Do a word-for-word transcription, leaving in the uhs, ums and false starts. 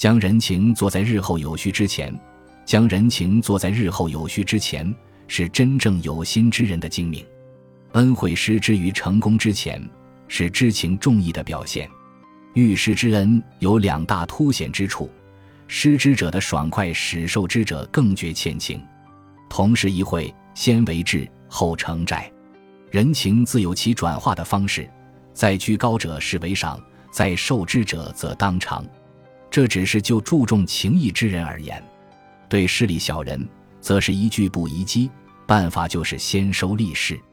将人情做在日后有需之前，将人情做在日后有需之前，是真正有心之人的精明。恩惠施之于成功之前，是知情重义的表现。遇施之恩有两大凸显之处，施之者的爽快使受之者更觉欠情。同是一惠，先为质，后成债。人情自有其转化的方式，在居高者视为上，在受之者则当偿。这只是就注重情义之人而言。对势利小人，则是一句不宜机，办法就是先收利势。